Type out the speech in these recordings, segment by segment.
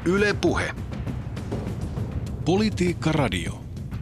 Yle Puhe. Politiikka Radio.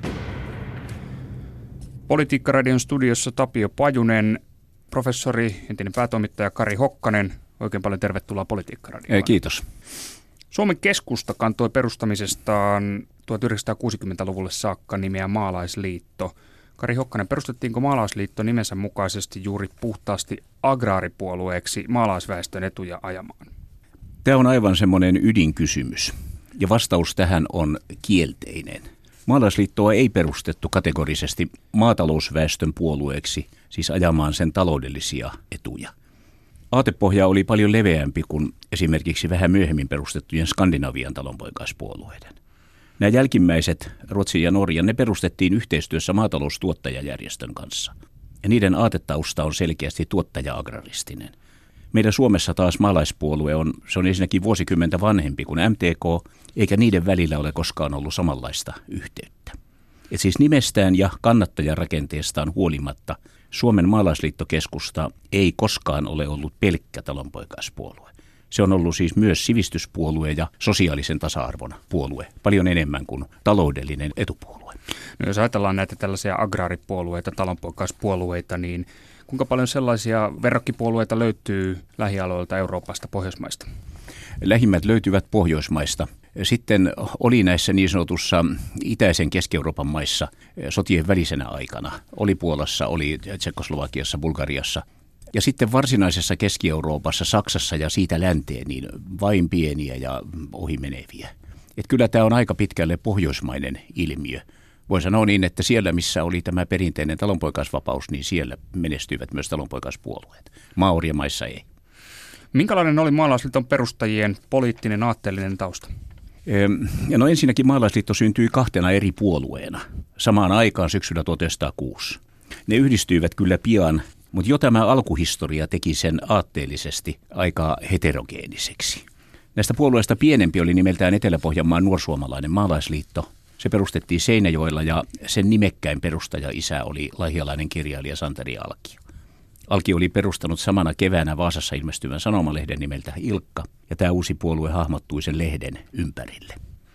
Politiikka Radion studiossa Tapio Pajunen, professori, entinen päätoimittaja Kari Hokkanen. Oikein paljon tervetuloa Politiikka Radioon. Kiitos. Suomen keskusta kantoi perustamisestaan 1960-luvulle saakka nimeä Maalaisliitto. Kari Hokkanen, perustettiinko Maalaisliitto nimensä mukaisesti juuri puhtaasti agraaripuolueeksi maalaisväestön etuja ajamaan? Tämä on aivan semmoinen ydinkysymys, ja vastaus tähän on kielteinen. Maalaisliittoa ei perustettu kategorisesti maatalousväestön puolueeksi, siis ajamaan sen taloudellisia etuja. Aatepohja oli paljon leveämpi kuin esimerkiksi vähän myöhemmin perustettujen Skandinavian talonpoikaispuolueiden. Nämä jälkimmäiset, Ruotsi ja Norja, ne perustettiin yhteistyössä maataloustuottajajärjestön kanssa. Ja niiden aatetausta on selkeästi tuottaja-agraristinen. Meidän Suomessa taas maalaispuolue on ensinnäkin vuosikymmentä vanhempi kuin MTK, eikä niiden välillä ole koskaan ollut samanlaista yhteyttä. Et siis nimestään ja kannattajarakenteestaan huolimatta Suomen maalaisliittokeskusta ei koskaan ole ollut pelkkä talonpoikaispuolue. Se on ollut siis myös sivistyspuolue ja sosiaalisen tasa-arvon puolue, paljon enemmän kuin taloudellinen etupuolue. No jos ajatellaan näitä tällaisia agraaripuolueita, talonpoikaispuolueita, niin kuinka paljon sellaisia verrokkipuolueita löytyy lähialueilta Euroopasta, Pohjoismaista? Lähimmät löytyvät Pohjoismaista. Sitten oli näissä niin sanotussa itäisen Keski-Euroopan maissa sotien välisenä aikana. Oli Puolassa, oli Tsekkoslovakiassa, Bulgariassa. Ja sitten varsinaisessa Keski-Euroopassa, Saksassa ja siitä länteen, niin vain pieniä ja ohimeneviä. Et kyllä tämä on aika pitkälle pohjoismainen ilmiö. Voin sanoa niin, että siellä missä oli tämä perinteinen talonpoikaisvapaus, niin siellä menestyivät myös talonpoikaispuolueet. Maoriamaissa ei. Minkälainen oli Maalaisliiton perustajien poliittinen aatteellinen tausta? No ensinnäkin Maalaisliitto syntyi kahtena eri puolueena samaan aikaan syksyllä 1906. Ne yhdistyivät kyllä pian, mutta jo tämä alkuhistoria teki sen aatteellisesti aika heterogeeniseksi. Näistä puolueista pienempi oli nimeltään Etelä-Pohjanmaan nuorsuomalainen maalaisliitto. Se perustettiin Seinäjoella ja sen nimekkäin perustaja-isä oli laihialainen kirjailija Santeri Alkio. Alkio oli perustanut samana keväänä Vaasassa ilmestyvän sanomalehden nimeltä Ilkka, ja tämä uusi puolue hahmottui sen lehden ympärille.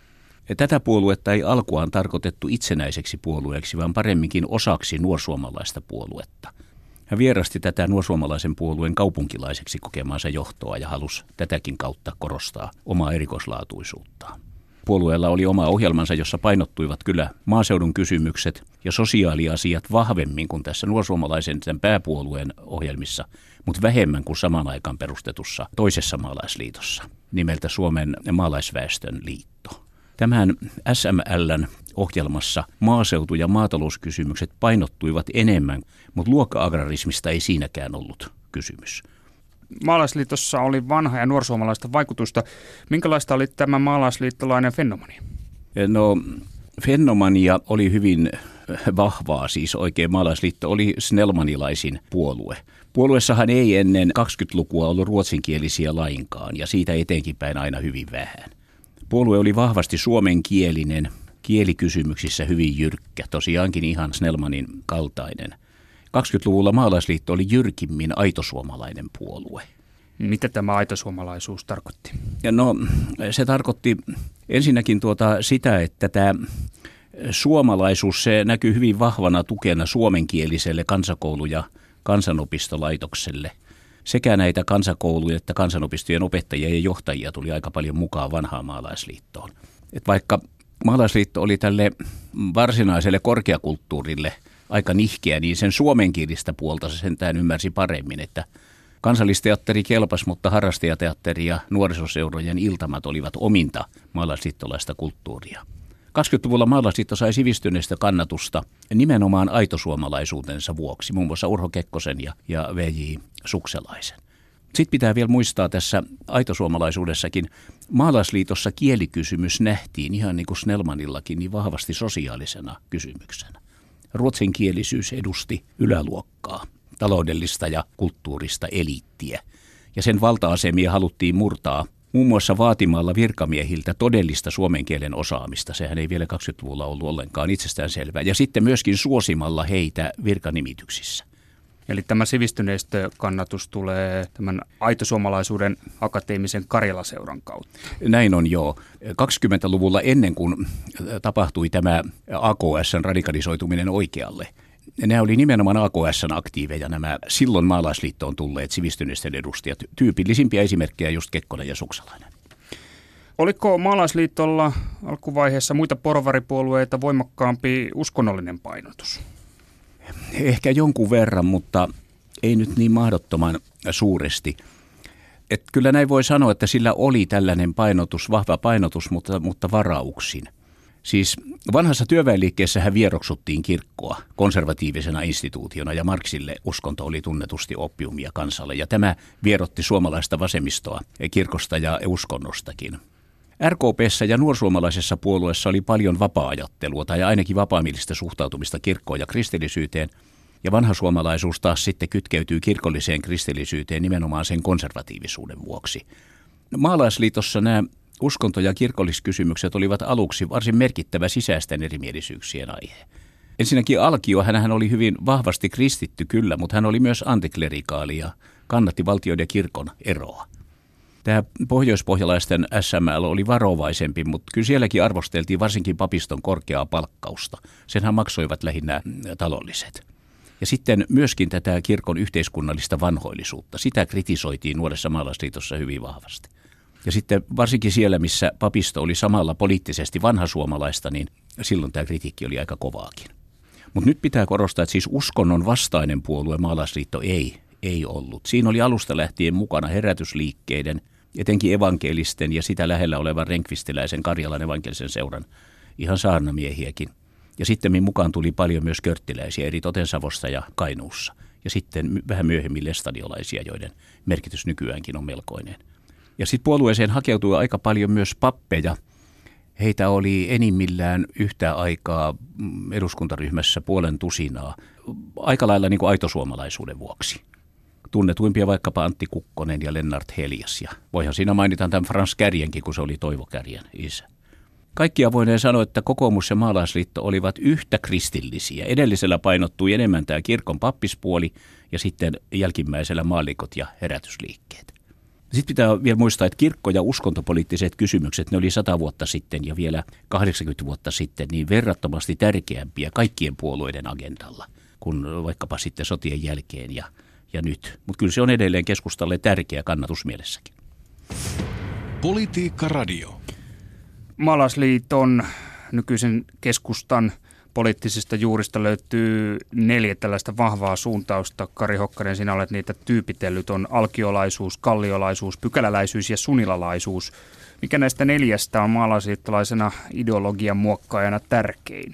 Ja tätä puoluetta ei alkuaan tarkoitettu itsenäiseksi puolueeksi, vaan paremminkin osaksi nuorsuomalaista puoluetta. Hän vierasti tätä nuorsuomalaisen puolueen kaupunkilaiseksi kokemaansa johtoa ja halusi tätäkin kautta korostaa omaa erikoislaatuisuuttaan. Puolueella oli oma ohjelmansa, jossa painottuivat kyllä maaseudun kysymykset ja sosiaaliasiat vahvemmin kuin tässä nuorsuomalaisen sen pääpuolueen ohjelmissa, mutta vähemmän kuin samaan aikaan perustetussa toisessa maalaisliitossa, nimeltä Suomen maalaisväestön liitto. Tämän SML:n ohjelmassa maaseutu- ja maatalouskysymykset painottuivat enemmän, mutta luokka-agrarismista ei siinäkään ollut kysymys. Maalaisliitossa oli vanha ja nuorsuomalaista vaikutusta. Minkälaista oli tämä maalaisliittolainen fenomania? No, fenomania oli hyvin vahvaa, siis oikein maalaisliitto oli snellmanilaisin puolue. Puolueessahan ei ennen 20-lukua ollut ruotsinkielisiä lainkaan ja siitä etenkin päin aina hyvin vähän. Puolue oli vahvasti suomenkielinen, kielikysymyksissä hyvin jyrkkä, tosiaankin ihan Snellmanin kaltainen. 20-luvulla maalaisliitto oli jyrkimmin aitosuomalainen puolue. Mitä tämä aitosuomalaisuus tarkoitti? No, se tarkoitti ensinnäkin sitä, että tämä suomalaisuus se näkyy hyvin vahvana tukena suomenkieliselle kansakoulu- ja kansanopistolaitokselle. Sekä näitä kansakouluja että kansanopistojen opettajia ja johtajia tuli aika paljon mukaan vanhaan maalaisliittoon. Et vaikka maalaisliitto oli tälle varsinaiselle korkeakulttuurille aika nihkeä, niin sen suomenkielistä puolta se sentään ymmärsi paremmin, että kansallisteatteri kelpasi, mutta harrastajateatteri ja nuorisoseurojen iltamat olivat ominta maalaisliittolaista kulttuuria. 20-luvulla maalaisliitto sai sivistyneestä kannatusta nimenomaan aitosuomalaisuutensa vuoksi, muun muassa Urho Kekkosen ja V.J. Sukselaisen. Sitten pitää vielä muistaa tässä aitosuomalaisuudessakin, maalaisliitossa kielikysymys nähtiin ihan niin kuin Snellmanillakin niin vahvasti sosiaalisena kysymyksenä. Ruotsinkielisyys edusti yläluokkaa, taloudellista ja kulttuurista eliittiä, ja sen valta-asemia haluttiin murtaa muun muassa vaatimalla virkamiehiltä todellista suomen kielen osaamista. Sehän ei vielä 20-luvulla ollut ollenkaan itsestäänselvää. Ja sitten myöskin suosimalla heitä virkanimityksissä. Eli tämä sivistyneistökannatus tulee tämän aitosuomalaisuuden akateemisen Karjala-seuran kautta. Näin on joo. 20-luvulla ennen kuin tapahtui tämä AKS:n radikalisoituminen oikealle, nämä oli nimenomaan AKS:n aktiiveja, nämä silloin maalaisliittoon tulleet sivistyneistön edustajat. Tyypillisimpiä esimerkkejä just Kekkonen ja Suksalainen. Oliko maalaisliitolla alkuvaiheessa muita porvaripuolueita voimakkaampi uskonnollinen painotus? Ehkä jonkun verran, mutta ei nyt niin mahdottoman suuresti. Et kyllä näin voi sanoa, että sillä oli tällainen painotus, vahva painotus, mutta varauksin. Siis vanhassa työväenliikkeessähän vieroksuttiin kirkkoa konservatiivisena instituutiona ja Marxille uskonto oli tunnetusti oppiumia kansalle. Ja tämä vierotti suomalaista vasemmistoa kirkosta ja uskonnostakin. RKP:ssä ja nuorsuomalaisessa puolueessa oli paljon vapaa-ajattelua tai ainakin vapaamielistä suhtautumista kirkkoon ja kristillisyyteen. Ja vanha suomalaisuus taas sitten kytkeytyy kirkolliseen kristillisyyteen nimenomaan sen konservatiivisuuden vuoksi. Maalaisliitossa nämä uskonto- ja kirkolliskysymykset olivat aluksi varsin merkittävä sisäisten erimielisyyksien aihe. Ensinnäkin Alkio, hänhän oli hyvin vahvasti kristitty kyllä, mutta hän oli myös antiklerikaali ja kannatti valtion ja kirkon eroa. Tämä pohjoispohjalaisten SML oli varovaisempi, mutta kyllä sielläkin arvosteltiin varsinkin papiston korkeaa palkkausta. Senhän maksoivat lähinnä talolliset. Ja sitten myöskin tätä kirkon yhteiskunnallista vanhoillisuutta. Sitä kritisoitiin Nuoressa maalaisliitossa hyvin vahvasti. Ja sitten varsinkin siellä, missä papisto oli samalla poliittisesti vanhasuomalaista, niin silloin tämä kritiikki oli aika kovaakin. Mutta nyt pitää korostaa, että siis uskonnon vastainen puolue maalaisliitto ei ollut. Siinä oli alusta lähtien mukana herätysliikkeiden, etenkin evankelisten ja sitä lähellä olevan renkvistiläisen Karjalan evankelisen seuran ihan saarnamiehiäkin. Ja sitten mukaan tuli paljon myös körttiläisiä eri Savosta ja Kainuussa. Ja sitten vähän myöhemmin lestadiolaisia, joiden merkitys nykyäänkin on melkoinen. Ja sitten puolueeseen hakeutui aika paljon myös pappeja. Heitä oli enimmillään yhtä aikaa eduskuntaryhmässä 250, aika lailla niin kuin aitosuomalaisuuden vuoksi. Tunnetuimpia vaikkapa Antti Kukkonen ja Lennart Heljas. Ja voihan siinä mainita tämän Frans Kärjenkin, kun se oli Toivo Kärjen isä. Kaikkia voidaan sanoa, että kokoomus ja maalaisliitto olivat yhtä kristillisiä. Edellisellä painottui enemmän tämä kirkon pappispuoli ja sitten jälkimmäisellä maallikot ja herätysliikkeet. Sitten pitää vielä muistaa, että kirkko- ja uskontopoliittiset kysymykset, ne oli 100 vuotta sitten ja vielä 80 vuotta sitten niin verrattomasti tärkeämpiä kaikkien puolueiden agendalla kuin vaikkapa sitten sotien jälkeen ja nyt. Mutta kyllä se on edelleen keskustalle tärkeä kannatusmielessäkin. Politiikka Radio. Maalaisliiton nykyisen keskustan poliittisista juurista löytyy 4 tällaista vahvaa suuntausta. Kari Hokkanen, sinä olet niitä tyypitellyt. On alkiolaisuus, kalliolaisuus, pykäläläisyys ja sunilalaisuus. Mikä näistä 4 on maalaisliittolaisena ideologian muokkaajana tärkein?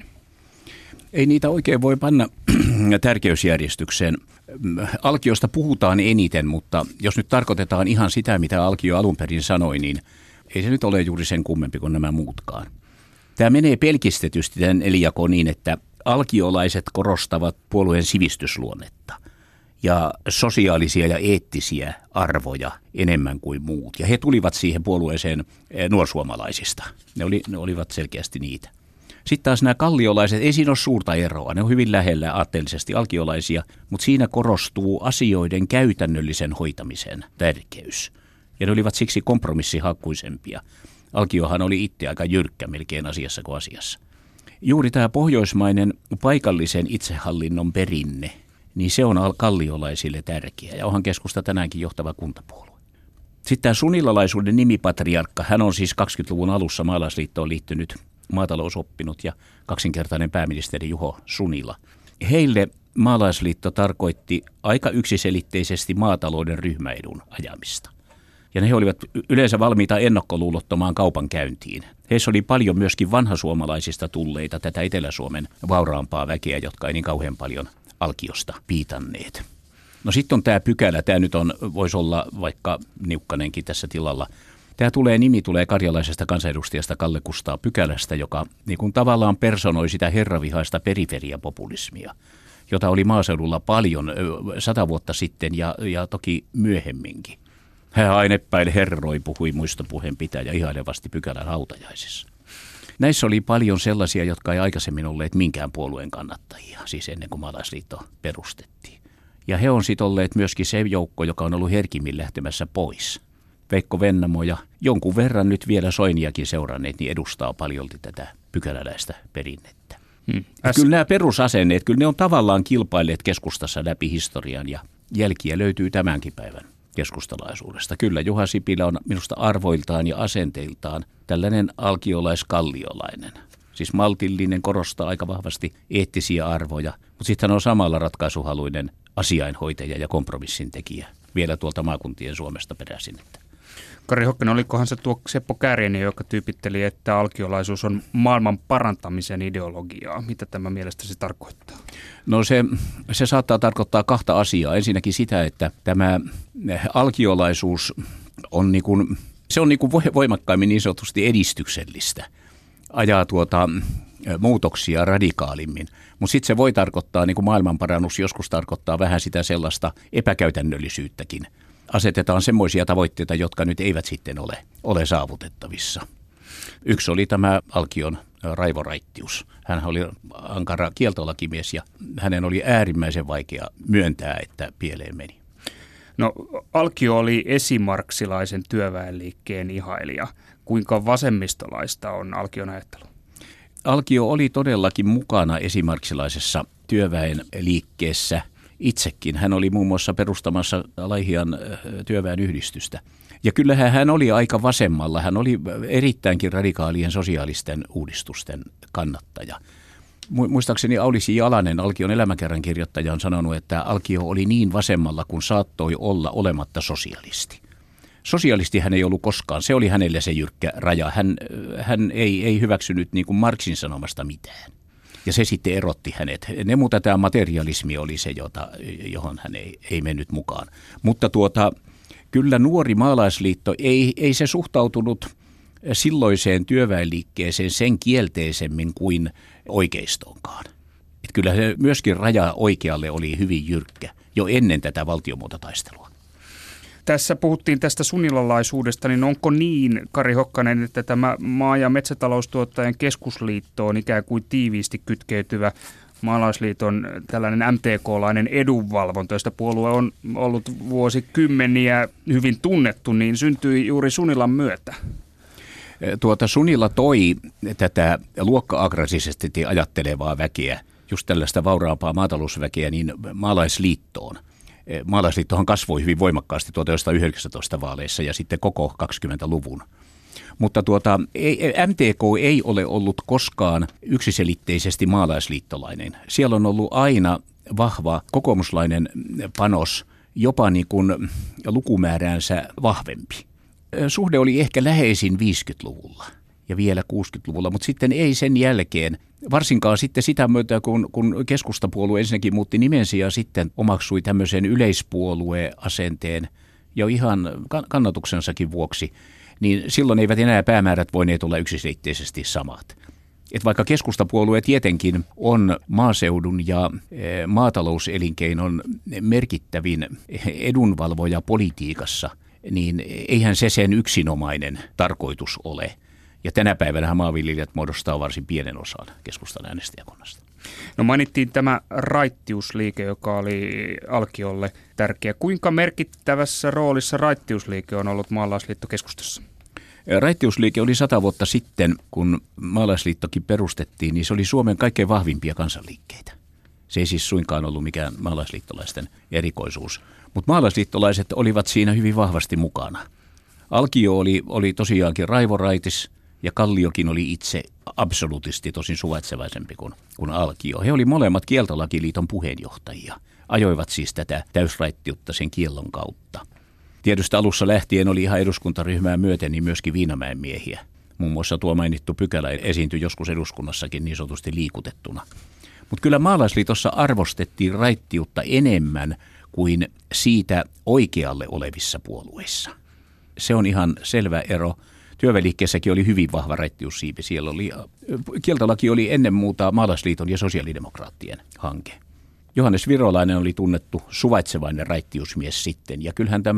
Ei niitä oikein voi panna tärkeysjärjestykseen. Alkiosta puhutaan eniten, mutta jos nyt tarkoitetaan ihan sitä, mitä Alkio alun perin sanoi, niin ei se nyt ole juuri sen kummempi kuin nämä muutkaan. Tämä menee pelkistetysti tämän elijako niin, että alkiolaiset korostavat puolueen sivistysluonnetta ja sosiaalisia ja eettisiä arvoja enemmän kuin muut. Ja he tulivat siihen puolueeseen nuorsuomalaisista. Ne olivat selkeästi niitä. Sitten taas nämä kalliolaiset, ei siinä ole suurta eroa. Ne on hyvin lähellä aatteellisesti alkiolaisia, mutta siinä korostuu asioiden käytännöllisen hoitamisen tärkeys. Ja ne olivat siksi kompromissihakuisempia. Alkiohan oli itse aika jyrkkä melkein asiassa kuin asiassa. Juuri tämä pohjoismainen paikallisen itsehallinnon perinne, niin se on kalliolaisille tärkeä. Ja onhan keskusta tänäänkin johtava kuntapuolue. Sitten tämä sunilalaisuuden nimipatriarkka, hän on siis 20-luvun alussa maalaisliittoon liittynyt maatalousoppinut ja kaksinkertainen pääministeri Juho Sunila. Heille maalaisliitto tarkoitti aika yksiselitteisesti maatalouden ryhmäedun ajamista. Ja he olivat yleensä valmiita ennakkoluulottomaan kaupankäyntiin. Heissä oli paljon myöskin vanhasuomalaisista tulleita tätä Etelä-Suomen vauraampaa väkeä, jotka ei niin kauhean paljon Alkiosta piitanneet. No sitten on tämä pykälä, tämä nyt voisi olla vaikka Niukkanenkin tässä tilalla. Nimi tulee karjalaisesta kansanedustajasta Kalle Kustaa Pykälästä, joka niin kuin tavallaan personoi sitä herravihaista periferiapopulismia, jota oli maaseudulla paljon 100 vuotta sitten ja toki myöhemminkin. Hän aina epäili herroi, puhui muistopuheen pitäjä ihailevasti Pykälän hautajaisissa. Näissä oli paljon sellaisia, jotka ei aikaisemmin olleet minkään puolueen kannattajia, siis ennen kuin maalaisliitto perustettiin. Ja he on sitten olleet myöskin se joukko, joka on ollut herkimmin lähtemässä pois. Veikko Vennamo ja jonkun verran nyt vielä Soiniakin seuranneet, niin edustaa paljolti tätä pykäläläistä perinnettä. Kyllä nämä perusasenneet, kyllä ne on tavallaan kilpailleet keskustassa läpi historian ja jälkiä löytyy tämänkin päivän keskustalaisuudesta. Kyllä Juha Sipilä on minusta arvoiltaan ja asenteiltaan tällainen alkiolais-kalliolainen. Siis maltillinen, korostaa aika vahvasti eettisiä arvoja, mutta sitten hän on samalla ratkaisuhaluinen asiainhoitaja ja kompromissin tekijä. Vielä tuolta maakuntien Suomesta peräisin. Kari Hokkanen, olikohan se tuo Seppo Kääriäinen, joka tyypitteli, että alkiolaisuus on maailman parantamisen ideologiaa? Mitä tämä mielestäsi tarkoittaa? No se saattaa tarkoittaa kahta asiaa. Ensinnäkin sitä, että tämä alkiolaisuus on se on voimakkaimmin niin sanotusti edistyksellistä. Ajaa muutoksia radikaalimmin. Mutta sitten se voi tarkoittaa, maailmanparannus joskus tarkoittaa vähän sitä sellaista epäkäytännöllisyyttäkin. Asetetaan semmoisia tavoitteita, jotka nyt eivät sitten ole saavutettavissa. Yksi oli tämä Alkion Raivo Raittius. Hän oli ankara kieltolakimies ja hänen oli äärimmäisen vaikea myöntää, että pieleen meni. No, Alkio oli esimarksilaisen työväenliikkeen ihailija. Kuinka vasemmistolaista on Alkion ajattelu? Alkio oli todellakin mukana esimarksilaisessa työväenliikkeessä itsekin. Hän oli muun muassa perustamassa Laihian työväenyhdistystä. Ja kyllähän hän oli aika vasemmalla. Hän oli erittäinkin radikaalien sosiaalisten uudistusten kannattaja. Muistaakseni Aulis Jalanen, Alkion elämäkerran kirjoittaja, on sanonut, että Alkio oli niin vasemmalla kuin saattoi olla olematta sosialisti. Sosialisti hän ei ollut koskaan. Se oli hänelle se jyrkkä raja. Hän ei hyväksynyt niin kuin Marxin sanomasta mitään. Ja se sitten erotti hänet. Ne muuta tämä materialismi oli se, johon hän ei mennyt mukaan. Mutta kyllä nuori maalaisliitto ei se suhtautunut silloiseen työväenliikkeeseen sen kielteisemmin kuin oikeistoonkaan. Et kyllä se myöskin raja oikealle oli hyvin jyrkkä jo ennen tätä valtiomuototaistelua. Tässä puhuttiin tästä sunilalaisuudesta, niin onko niin, Kari Hokkanen, että tämä maa- ja metsätaloustuottajien keskusliitto on ikään kuin tiiviisti kytkeytyvä maalaisliiton tällainen MTK-lainen edunvalvonta, josta puolue on ollut vuosikymmeniä hyvin tunnettu, niin syntyi juuri Sunilan myötä? Sunila toi tätä luokka-aggressiivisesti ajattelevaa väkeä, just tällaista vauraampaa maatalousväkeä, niin maalaisliittoon. Maalaisliittohan kasvoi hyvin voimakkaasti 1919 vaaleissa ja sitten koko 20-luvun. Mutta MTK ei ole ollut koskaan yksiselitteisesti maalaisliittolainen. Siellä on ollut aina vahva kokoomuslainen panos, jopa niin kuin lukumääräänsä vahvempi. Suhde oli ehkä läheisin 50-luvulla ja vielä 60-luvulla, mutta sitten ei sen jälkeen. Varsinkaan sitten sitä myötä, kun keskustapuolue ensinnäkin muutti nimensä ja sitten omaksui tämmöisen yleispuolueasenteen jo ihan kannatuksensakin vuoksi, niin silloin eivät enää päämäärät voineet olla yksiselitteisesti samat. Et vaikka keskustapuolue tietenkin on maaseudun ja maatalouselinkeinon merkittävin edunvalvoja politiikassa, niin eihän se sen yksinomainen tarkoitus ole. Ja tänä päivänä maanviljelijät muodostaa varsin pienen osan keskustan äänestäjäkunnasta. No mainittiin tämä raittiusliike, joka oli Alkiolle tärkeä. Kuinka merkittävässä roolissa raittiusliike on ollut maalaisliittokeskustassa? Raittiusliike oli 100 vuotta sitten, kun maalaisliittokin perustettiin, niin se oli Suomen kaikkein vahvimpia kansanliikkeitä. Se ei siis suinkaan ollut mikään maalaisliittolaisten erikoisuus, mutta maalaisliittolaiset olivat siinä hyvin vahvasti mukana. Alkio oli tosiaankin raivoraitis ja Kalliokin oli itse absoluutisti tosin suvaitsevaisempi kuin Alkio. He oli molemmat Kieltolakiliiton puheenjohtajia, ajoivat siis tätä täysraittiutta sen kiellon kautta. Tietysti alussa lähtien oli ihan eduskuntaryhmää myöten niin myöskin Viinamäen miehiä. Muun muassa tuo mainittu pykälä esiintyi joskus eduskunnassakin niin sanotusti liikutettuna. Mutta kyllä maalaisliitossa arvostettiin raittiutta enemmän kuin siitä oikealle olevissa puolueissa. Se on ihan selvä ero. Työväenliikkeessäkin oli hyvin vahva raittiussiipi. Siellä kieltolaki oli ennen muuta maalaisliiton ja sosiaalidemokraattien hanke. Johannes Virolainen oli tunnettu suvaitsevainen raittiusmies sitten. Ja kyllähän tämä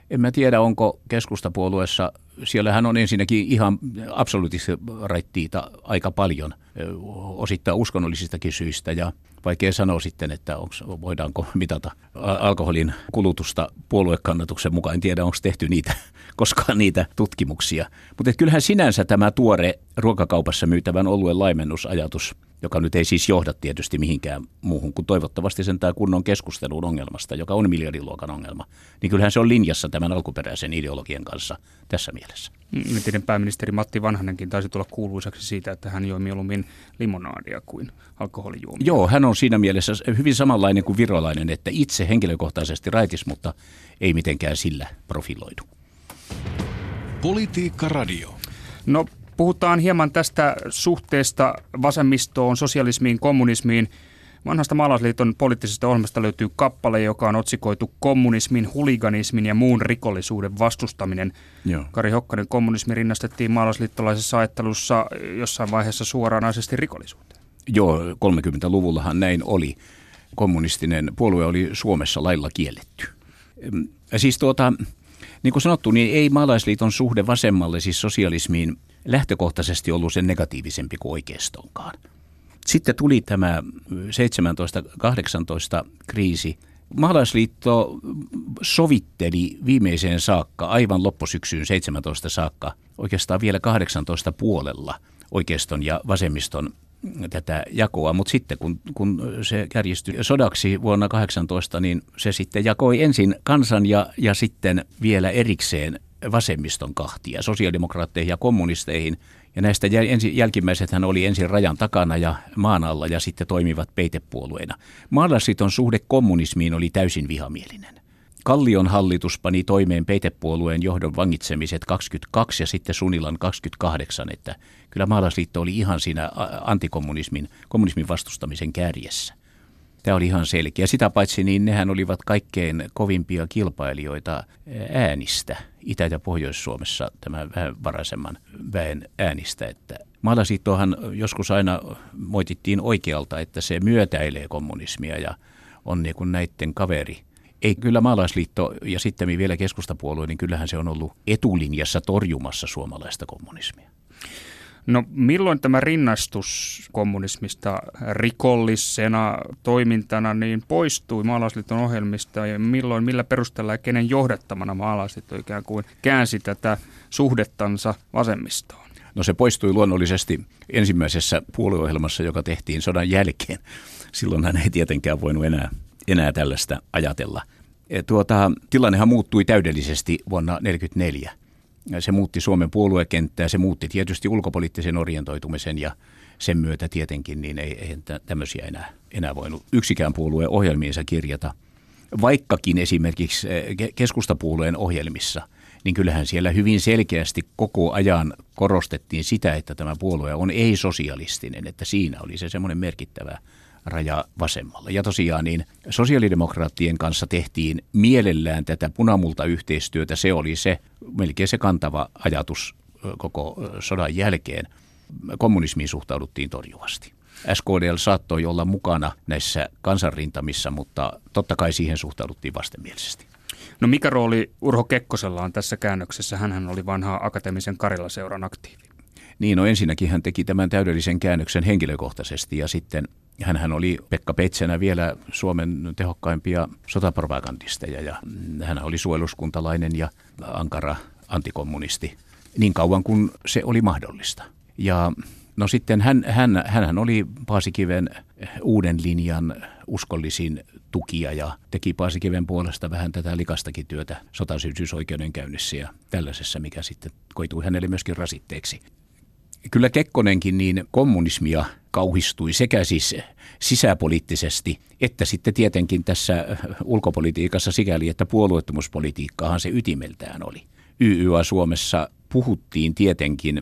En mä tiedä, onko keskustapuolueessa, siellähän on ensinnäkin ihan absoluuttisesti raittiita aika paljon, osittain uskonnollisistakin syistä, ja vaikea sanoa sitten, että voidaanko mitata alkoholin kulutusta puoluekannatuksen mukaan. En tiedä, onko tehty koskaan niitä tutkimuksia. Mutta kyllähän sinänsä tämä tuore ruokakaupassa myytävän oluen laimennusajatus, joka nyt ei siis johda tietysti mihinkään muuhun kuin toivottavasti sentään kunnon keskusteluun ongelmasta, joka on miljardiluokan ongelma, niin kyllähän se on linjassa tämän alkuperäisen ideologian kanssa tässä mielessä. Entinen pääministeri Matti Vanhanenkin taisi tulla kuuluisaksi siitä, että hän joi mieluummin limonaadia kuin alkoholijuomia. Joo, hän on siinä mielessä hyvin samanlainen kuin Virolainen, että itse henkilökohtaisesti raitis, mutta ei mitenkään sillä profiloidu. Politiikka Radio. No, puhutaan hieman tästä suhteesta vasemmistoon, sosialismiin, kommunismiin. Vanhasta Maalaisliiton poliittisesta ohjelmasta löytyy kappale, joka on otsikoitu kommunismin, huliganismin ja muun rikollisuuden vastustaminen. Joo. Kari Hokkanen, kommunismi rinnastettiin maalaisliittolaisessa ajattelussa jossain vaiheessa suoranaisesti rikollisuuteen. Joo, 30-luvullahan näin oli. Kommunistinen puolue oli Suomessa lailla kielletty. Siis niin kuin sanottu, niin ei Maalaisliiton suhde vasemmalle, siis sosialismiin, lähtökohtaisesti ollut sen negatiivisempi kuin oikeistonkaan. Sitten tuli tämä 17-18 kriisi. Maalaisliitto sovitteli viimeiseen saakka, aivan loppusyksyyn 17 saakka, oikeastaan vielä 18 puolella oikeiston ja vasemmiston tätä jakoa, mutta sitten kun se kärjistyi sodaksi vuonna 18, niin se sitten jakoi ensin kansan ja sitten vielä erikseen vasemmiston kahtia, sosiaalidemokraatteihin ja kommunisteihin. Ja näistä jälkimmäisethän oli ensin rajan takana ja maan alla ja sitten toimivat peitepuolueina. Maalaisliiton suhde kommunismiin oli täysin vihamielinen. Kallion hallitus pani toimeen peitepuolueen johdon vangitsemiset 22 ja sitten Sunilan 28, että kyllä Maalaisliitto oli ihan siinä kommunismin vastustamisen kärjessä. Tämä oli ihan selkeä. Sitä paitsi niin nehän olivat kaikkein kovimpia kilpailijoita äänistä Itä- ja Pohjois-Suomessa, tämän vähän varaisemman väen äänistä. Että Maalaisliittohan joskus aina moitittiin oikealta, että se myötäilee kommunismia ja on niin kuin näiden kaveri. Ei kyllä Maalaisliitto ja sitten vielä keskustapuolue, niin kyllähän se on ollut etulinjassa torjumassa suomalaista kommunismia. No milloin tämä rinnastus kommunismista rikollisena toimintana niin poistui Maalaisliiton ohjelmista ja millä perusteella ja kenen johdattamana Maalaisliitto ikään kuin käänsi tätä suhdettansa vasemmistoon? No se poistui luonnollisesti ensimmäisessä puolueohjelmassa, joka tehtiin sodan jälkeen. Silloinhan ei tietenkään voinut enää tällaista ajatella. Tilannehan muuttui täydellisesti vuonna 1944. Se muutti Suomen puoluekenttää, se muutti tietysti ulkopoliittisen orientoitumisen ja sen myötä tietenkin niin ei tämmöisiä enää voinut yksikään puolue ohjelmiinsa kirjata. Vaikkakin esimerkiksi keskustapuolueen ohjelmissa, niin kyllähän siellä hyvin selkeästi koko ajan korostettiin sitä, että tämä puolue on ei-sosialistinen, että siinä oli se semmoinen merkittävä raja vasemmalla. Ja tosiaan niin sosiaalidemokraattien kanssa tehtiin mielellään tätä punamulta-yhteistyötä. Se oli melkein se kantava ajatus koko sodan jälkeen. Kommunismiin suhtauduttiin torjuvasti. SKDL saattoi olla mukana näissä kansanrintamissa, mutta totta kai siihen suhtauduttiin vastenmielisesti. No mikä rooli Urho Kekkosella on tässä käännöksessä? Hänhän oli vanha akateemisen Karjala-seuran aktiivi. Niin, no ensinnäkin hän teki tämän täydellisen käännöksen henkilökohtaisesti ja sitten hänhän oli Pekka Petsenä vielä Suomen tehokkaimpia sotapropagandisteja ja hän oli suojeluskuntalainen ja ankara antikommunisti niin kauan kuin se oli mahdollista. Ja no sitten hänhän oli Paasikiven uuden linjan uskollisin tukija ja teki Paasikiven puolesta vähän tätä likastakin työtä sotasyyllisyysoikeudenkäynnissä ja tällaisessa, mikä sitten koitui hänelle myöskin rasitteeksi. Kyllä Kekkonenkin niin kommunismia kauhistui sekä siis sisäpoliittisesti että sitten tietenkin tässä ulkopolitiikassa sikäli, että puolueettomuuspolitiikkaahan se ytimeltään oli. YYA Suomessa puhuttiin tietenkin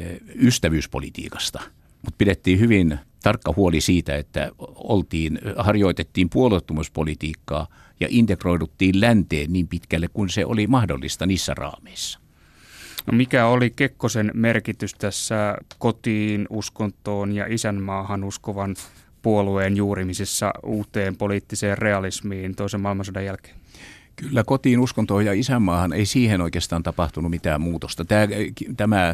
ystävyyspolitiikasta, mutta pidettiin hyvin tarkka huoli siitä, että harjoitettiin puolueettomuuspolitiikkaa ja integroiduttiin länteen niin pitkälle kuin se oli mahdollista niissä raameissa. No mikä oli Kekkosen merkitys tässä kotiin, uskontoon ja isänmaahan uskovan puolueen juurimisessa uuteen poliittiseen realismiin toisen maailmansodan jälkeen? Kyllä kotiin, uskontoon ja isänmaahan ei siihen oikeastaan tapahtunut mitään muutosta. Tämä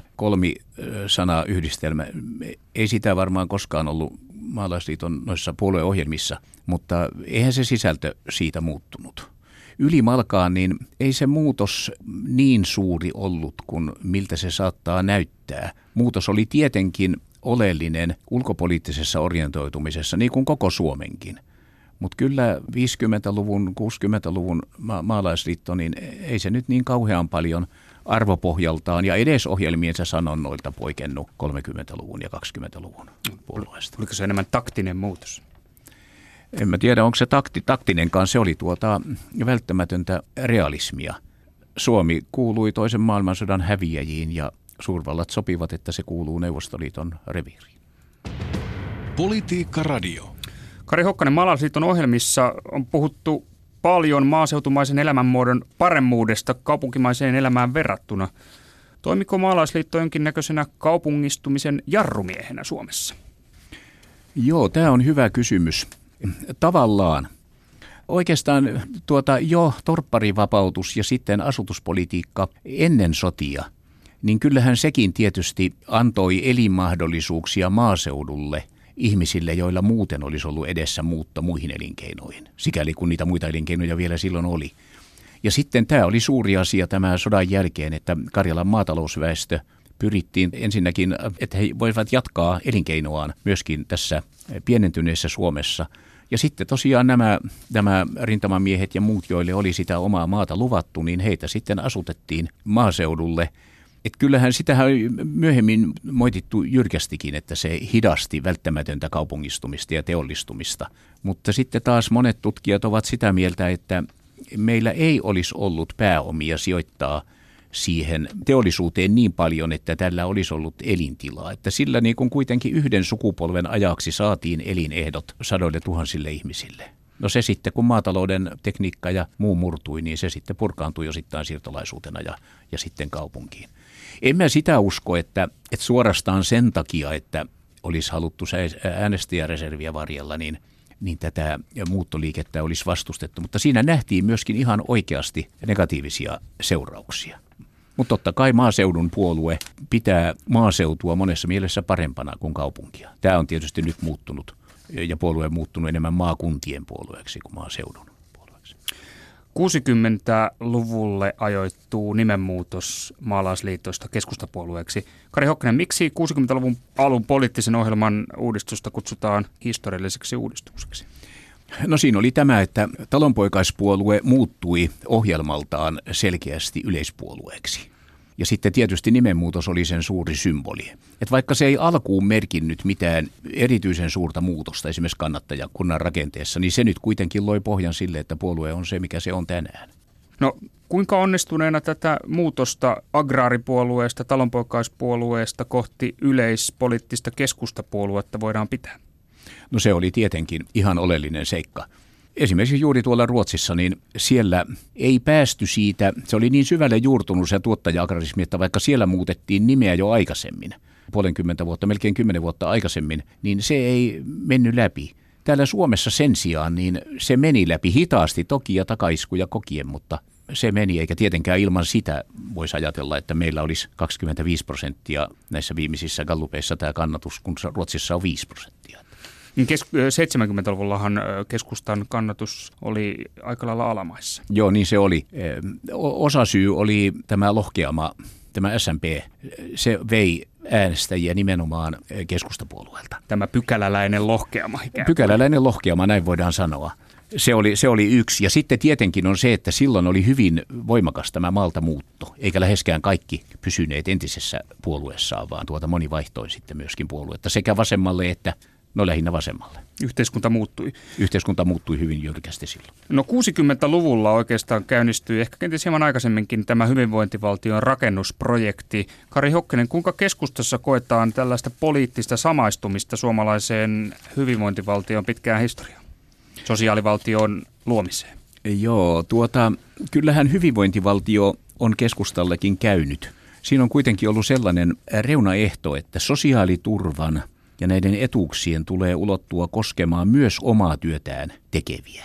kolmisanayhdistelmä, ei sitä varmaan koskaan ollut Maalaisliiton noissa puolueohjelmissa, mutta eihän se sisältö siitä muuttunut. Ylimalkaan niin ei se muutos niin suuri ollut kuin miltä se saattaa näyttää. Muutos oli tietenkin oleellinen ulkopoliittisessa orientoitumisessa, niin kuin koko Suomenkin. Mutta kyllä 50-luvun, 60-luvun maalaisliitto, niin ei se nyt niin kauhean paljon arvopohjaltaan ja edes ohjelmiensa sanonnoilta poikennut 30-luvun ja 20-luvun puolueesta. Oliko se enemmän taktinen muutos? En mä tiedä, onko se taktinenkaan. Se oli välttämätöntä realismia. Suomi kuului toisen maailmansodan häviäjiin ja suurvallat sopivat, että se kuuluu Neuvostoliiton reviiriin. Politiikka Radio. Kari Hokkanen, Maalaisliiton ohjelmissa on puhuttu paljon maaseutumaisen elämänmuodon paremmuudesta kaupunkimaiseen elämään verrattuna. Toimiko Maalaisliitto jonkinnäköisenä kaupungistumisen jarrumiehenä Suomessa? Joo, tämä on hyvä kysymys. Tavallaan. Oikeastaan jo torpparivapautus ja sitten asutuspolitiikka ennen sotia, niin kyllähän sekin tietysti antoi elinmahdollisuuksia maaseudulle ihmisille, joilla muuten olisi ollut edessä muutto muihin elinkeinoihin, sikäli kun niitä muita elinkeinoja vielä silloin oli. Ja sitten tämä oli suuri asia tämä sodan jälkeen, että Karjalan maatalousväestö pyrittiin ensinnäkin, että he voivat jatkaa elinkeinoaan myöskin tässä pienentyneessä Suomessa. Ja sitten tosiaan nämä rintamamiehet ja muut, joille oli sitä omaa maata luvattu, niin heitä sitten asutettiin maaseudulle. Että kyllähän sitähän on myöhemmin moitittu jyrkästikin, että se hidasti välttämätöntä kaupungistumista ja teollistumista. Mutta sitten taas monet tutkijat ovat sitä mieltä, että meillä ei olisi ollut pääomia sijoittaa siihen teollisuuteen niin paljon, että tällä olisi ollut elintilaa. Että sillä niin kuin kuitenkin yhden sukupolven ajaksi saatiin elinehdot sadoille tuhansille ihmisille. No se sitten, kun maatalouden tekniikka ja muu murtui, niin se sitten purkaantui osittain siirtolaisuutena ja sitten kaupunkiin. En mä sitä usko, että suorastaan sen takia, että olisi haluttu äänestäjäreserviä varjella, niin tätä muuttoliikettä olisi vastustettu. Mutta siinä nähtiin myöskin ihan oikeasti negatiivisia seurauksia. Mutta totta kai maaseudun puolue pitää maaseutua monessa mielessä parempana kuin kaupunkia. Tämä on tietysti nyt muuttunut ja puolue on muuttunut enemmän maakuntien puolueeksi kuin maaseudun puolueeksi. 60-luvulle ajoittuu nimenmuutos Maalaisliitosta keskustapuolueeksi. Kari Hokkanen, miksi 60-luvun alun poliittisen ohjelman uudistusta kutsutaan historialliseksi uudistukseksi? No siinä oli tämä, että talonpoikaispuolue muuttui ohjelmaltaan selkeästi yleispuolueeksi. Ja sitten tietysti nimenmuutos oli sen suuri symboli. Että vaikka se ei alkuun merkinnyt mitään erityisen suurta muutosta esimerkiksi kannattajakunnan rakenteessa, niin se nyt kuitenkin loi pohjan sille, että puolue on se, mikä se on tänään. No kuinka onnistuneena tätä muutosta agraaripuolueesta, talonpoikaispuolueesta kohti yleispoliittista keskustapuoluetta voidaan pitää? No se oli tietenkin ihan oleellinen seikka. Esimerkiksi juuri tuolla Ruotsissa, niin siellä ei päästy siitä, se oli niin syvälle juurtunut se tuottaja-agrarismi, että vaikka siellä muutettiin nimeä jo aikaisemmin, puolenkymmentä vuotta, melkein 10 vuotta aikaisemmin, niin se ei mennyt läpi. Täällä Suomessa sen sijaan, niin se meni läpi hitaasti toki ja takaiskuja kokien, mutta se meni, eikä tietenkään ilman sitä voisi ajatella, että meillä olisi 25% näissä viimeisissä gallupeissa tämä kannatus, kun Ruotsissa on 5%. 70-luvullahan keskustan kannatus oli aika lailla alamaissa. Joo, niin se oli. Osasyy oli tämä lohkeama, tämä SMP. Se vei äänestäjiä nimenomaan keskustapuolueelta. Tämä pykäläläinen lohkeama. Pykäläläinen lohkeama, näin voidaan sanoa. Se oli yksi. Ja sitten tietenkin on se, että silloin oli hyvin voimakas tämä maaltamuutto, eikä läheskään kaikki pysyneet entisessä puolueessaan, vaan moni vaihtoi sitten myöskin puoluetta sekä vasemmalle että lähinnä vasemmalle. Yhteiskunta muuttui hyvin jyrkästi silloin. No 60-luvulla oikeastaan käynnistyi ehkä kenties hieman aikaisemminkin tämä hyvinvointivaltion rakennusprojekti. Kari Hokkanen, kuinka keskustassa koetaan tällaista poliittista samaistumista suomalaiseen hyvinvointivaltion pitkään historiaan, sosiaalivaltion luomiseen? Joo, kyllähän hyvinvointivaltio on keskustallekin käynyt. Siinä on kuitenkin ollut sellainen reunaehto, että sosiaaliturvan ja näiden etuuksien tulee ulottua koskemaan myös omaa työtään tekeviä.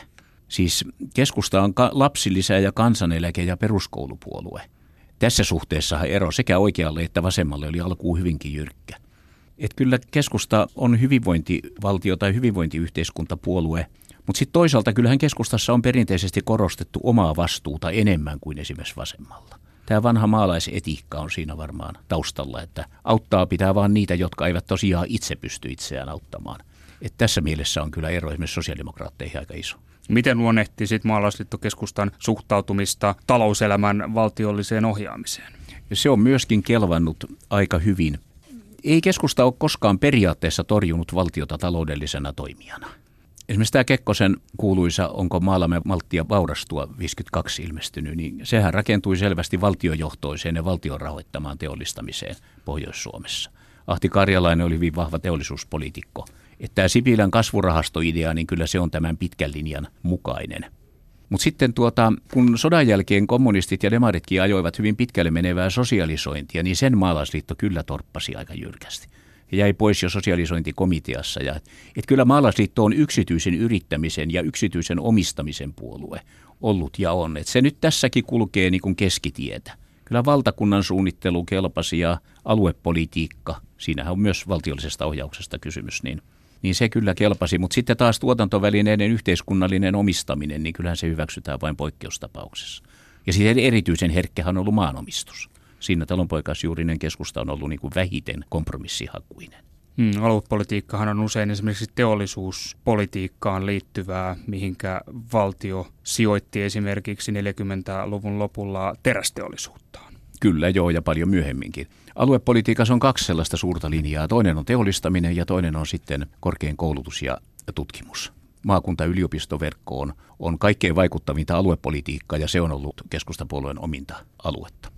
Siis keskusta on lapsilisä ja kansaneläke ja peruskoulupuolue. Tässä suhteessa ero sekä oikealle että vasemmalle oli alkuun hyvinkin jyrkkä. Että kyllä keskusta on hyvinvointivaltio tai hyvinvointiyhteiskuntapuolue, mutta sitten toisaalta kyllähän keskustassa on perinteisesti korostettu omaa vastuuta enemmän kuin esimerkiksi vasemmalla. Tämä vanha maalaisetiikka on siinä varmaan taustalla, että auttaa pitää vaan niitä, jotka eivät tosiaan itse pysty itseään auttamaan. Että tässä mielessä on kyllä ero esimerkiksi sosiaalidemokraatteihin aika iso. Miten luonnehtii sitten maalaisliittokeskustan suhtautumista talouselämän valtiolliseen ohjaamiseen? Se on myöskin kelvannut aika hyvin. Ei keskusta ole koskaan periaatteessa torjunut valtiota taloudellisena toimijana. Esimerkiksi tämä Kekkosen kuuluisa Onko maallamme malttia vaurastua 52 ilmestynyt, niin sehän rakentui selvästi valtiojohtoiseen ja valtion rahoittamaan teollistamiseen Pohjois-Suomessa. Ahti Karjalainen oli hyvin vahva teollisuuspoliitikko. Että tämä Sipilän kasvurahastoidea, niin kyllä se on tämän pitkän linjan mukainen. Mutta sitten kun sodan jälkeen kommunistit ja demaritkin ajoivat hyvin pitkälle menevää sosialisointia, niin sen maalaisliitto kyllä torppasi aika jyrkästi. Ja jäi pois jo sosialisointikomiteassa. Että kyllä maalaisliitto on yksityisen yrittämisen ja yksityisen omistamisen puolue ollut ja on. Että se nyt tässäkin kulkee niin kuin keskitietä. Kyllä valtakunnan suunnittelu kelpasi ja aluepolitiikka, siinähän on myös valtiollisesta ohjauksesta kysymys, niin se kyllä kelpasi. Mutta sitten taas tuotantovälineiden yhteiskunnallinen omistaminen, niin kyllähän se hyväksytään vain poikkeustapauksessa. Ja sitten erityisen herkkähän on ollut maanomistus. Siinä talonpoikaisjuurinen keskusta on ollut niin kuin vähiten kompromissihakuinen. Aluepolitiikkahan on usein esimerkiksi teollisuuspolitiikkaan liittyvää, mihinkä valtio sijoitti esimerkiksi 40-luvun lopulla terästeollisuuttaan. Kyllä joo, ja paljon myöhemminkin. Aluepolitiikassa on kaksi sellaista suurta linjaa. Toinen on teollistaminen ja toinen on sitten korkein koulutus ja tutkimus. Maakunta-yliopistoverkko on kaikkein vaikuttavinta aluepolitiikkaa ja se on ollut keskustapuolueen ominta aluetta.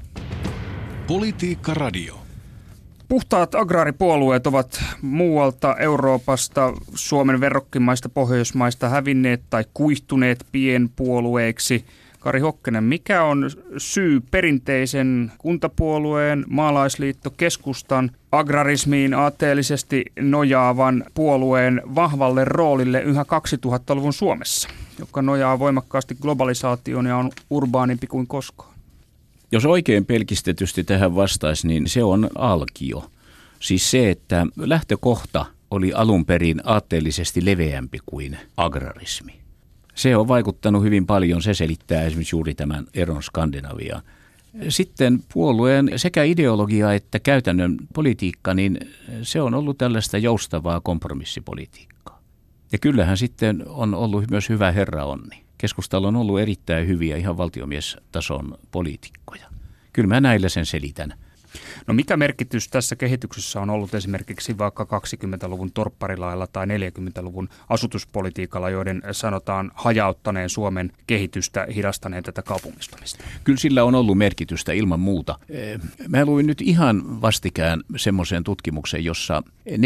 Politiikka Radio. Puhtaat agraaripuolueet ovat muualta Euroopasta, Suomen verrokkimaista, Pohjoismaista hävinneet tai kuihtuneet pienpuolueiksi. Kari Hokkanen, mikä on syy perinteisen kuntapuolueen, maalaisliitto, keskustan, agrarismiin aatteellisesti nojaavan puolueen vahvalle roolille yhä 2000-luvun Suomessa, joka nojaa voimakkaasti globalisaatioon ja on urbaanimpi kuin koskaan? Jos oikein pelkistetysti tähän vastaisi, niin se on alkio. Siis se, että lähtökohta oli alun perin aatteellisesti leveämpi kuin agrarismi. Se on vaikuttanut hyvin paljon, se selittää esimerkiksi juuri tämän eron Skandinaviaan. Sitten puolueen sekä ideologia että käytännön politiikka, niin se on ollut tällaista joustavaa kompromissipolitiikkaa. Ja kyllähän sitten on ollut myös hyvä herraonni. Keskustalla on ollut erittäin hyviä ihan valtiomiestason poliitikkoja. Kyllä mä näillä sen selitän. No mikä merkitys tässä kehityksessä on ollut esimerkiksi vaikka 20-luvun torpparilailla tai 40-luvun asutuspolitiikalla, joiden sanotaan hajauttaneen Suomen kehitystä, hidastaneen tätä kaupungistumista? Kyllä sillä on ollut merkitystä ilman muuta. Mä luin nyt ihan vastikään semmoisen tutkimuksen, jossa 40%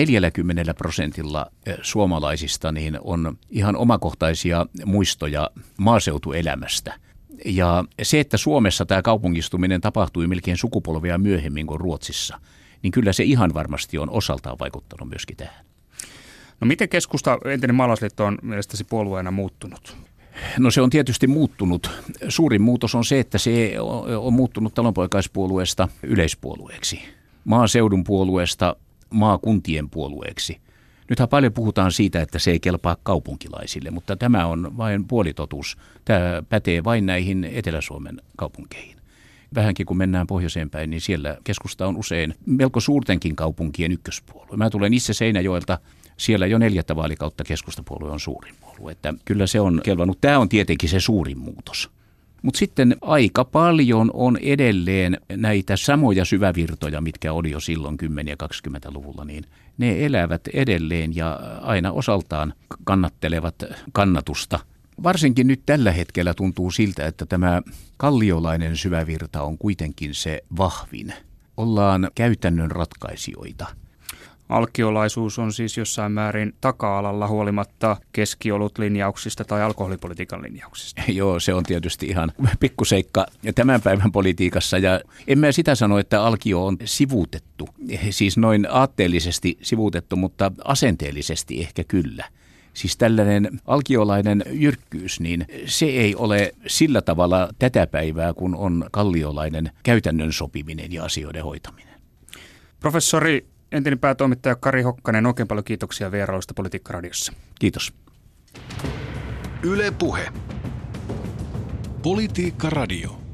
suomalaisista niin on ihan omakohtaisia muistoja maaseutuelämästä. Ja se, että Suomessa tämä kaupungistuminen tapahtui melkein sukupolvia myöhemmin kuin Ruotsissa, niin kyllä se ihan varmasti on osaltaan vaikuttanut myöskin tähän. No miten keskusta, entinen maalaisliitto, on mielestäsi puolueena muuttunut? No se on tietysti muuttunut. Suurin muutos on se, että se on muuttunut talonpoikaispuolueesta yleispuolueeksi, maaseudun puolueesta maakuntien puolueeksi. Nythän paljon puhutaan siitä, että se ei kelpaa kaupunkilaisille, mutta tämä on vain puolitotuus. Tämä pätee vain näihin Etelä-Suomen kaupunkeihin. Vähänkin kun mennään pohjoiseen päin, niin siellä keskusta on usein melko suurtenkin kaupunkien ykköspuolue. Mä tulen itse Seinäjoelta, siellä jo 4. vaalikautta keskustapuolue on suurin puolue. Että kyllä se on kelvannut. Tämä on tietenkin se suurin muutos. Mutta sitten aika paljon on edelleen näitä samoja syvävirtoja, mitkä oli jo silloin 10- ja 20-luvulla, niin ne elävät edelleen ja aina osaltaan kannattelevat kannatusta. Varsinkin nyt tällä hetkellä tuntuu siltä, että tämä kalliolainen syvävirta on kuitenkin se vahvin. Ollaan käytännön ratkaisijoita. Alkiolaisuus on siis jossain määrin taka-alalla huolimatta keskiolutlinjauksista tai alkoholipolitiikan linjauksista. Joo, se on tietysti ihan pikkuseikka tämän päivän politiikassa. Ja en mä sitä sano, että alkio on sivuutettu, siis noin aatteellisesti sivuutettu, mutta asenteellisesti ehkä kyllä. Siis tällainen alkiolainen jyrkkyys, niin se ei ole sillä tavalla tätä päivää, kun on kalliolainen käytännön sopiminen ja asioiden hoitaminen. Professori, entinen päätoimittaja Kari Hokkanen, oikein paljon kiitoksia vierailusta Politiikka-radiossa. Kiitos. Yle Puhe. Politiikka-radio.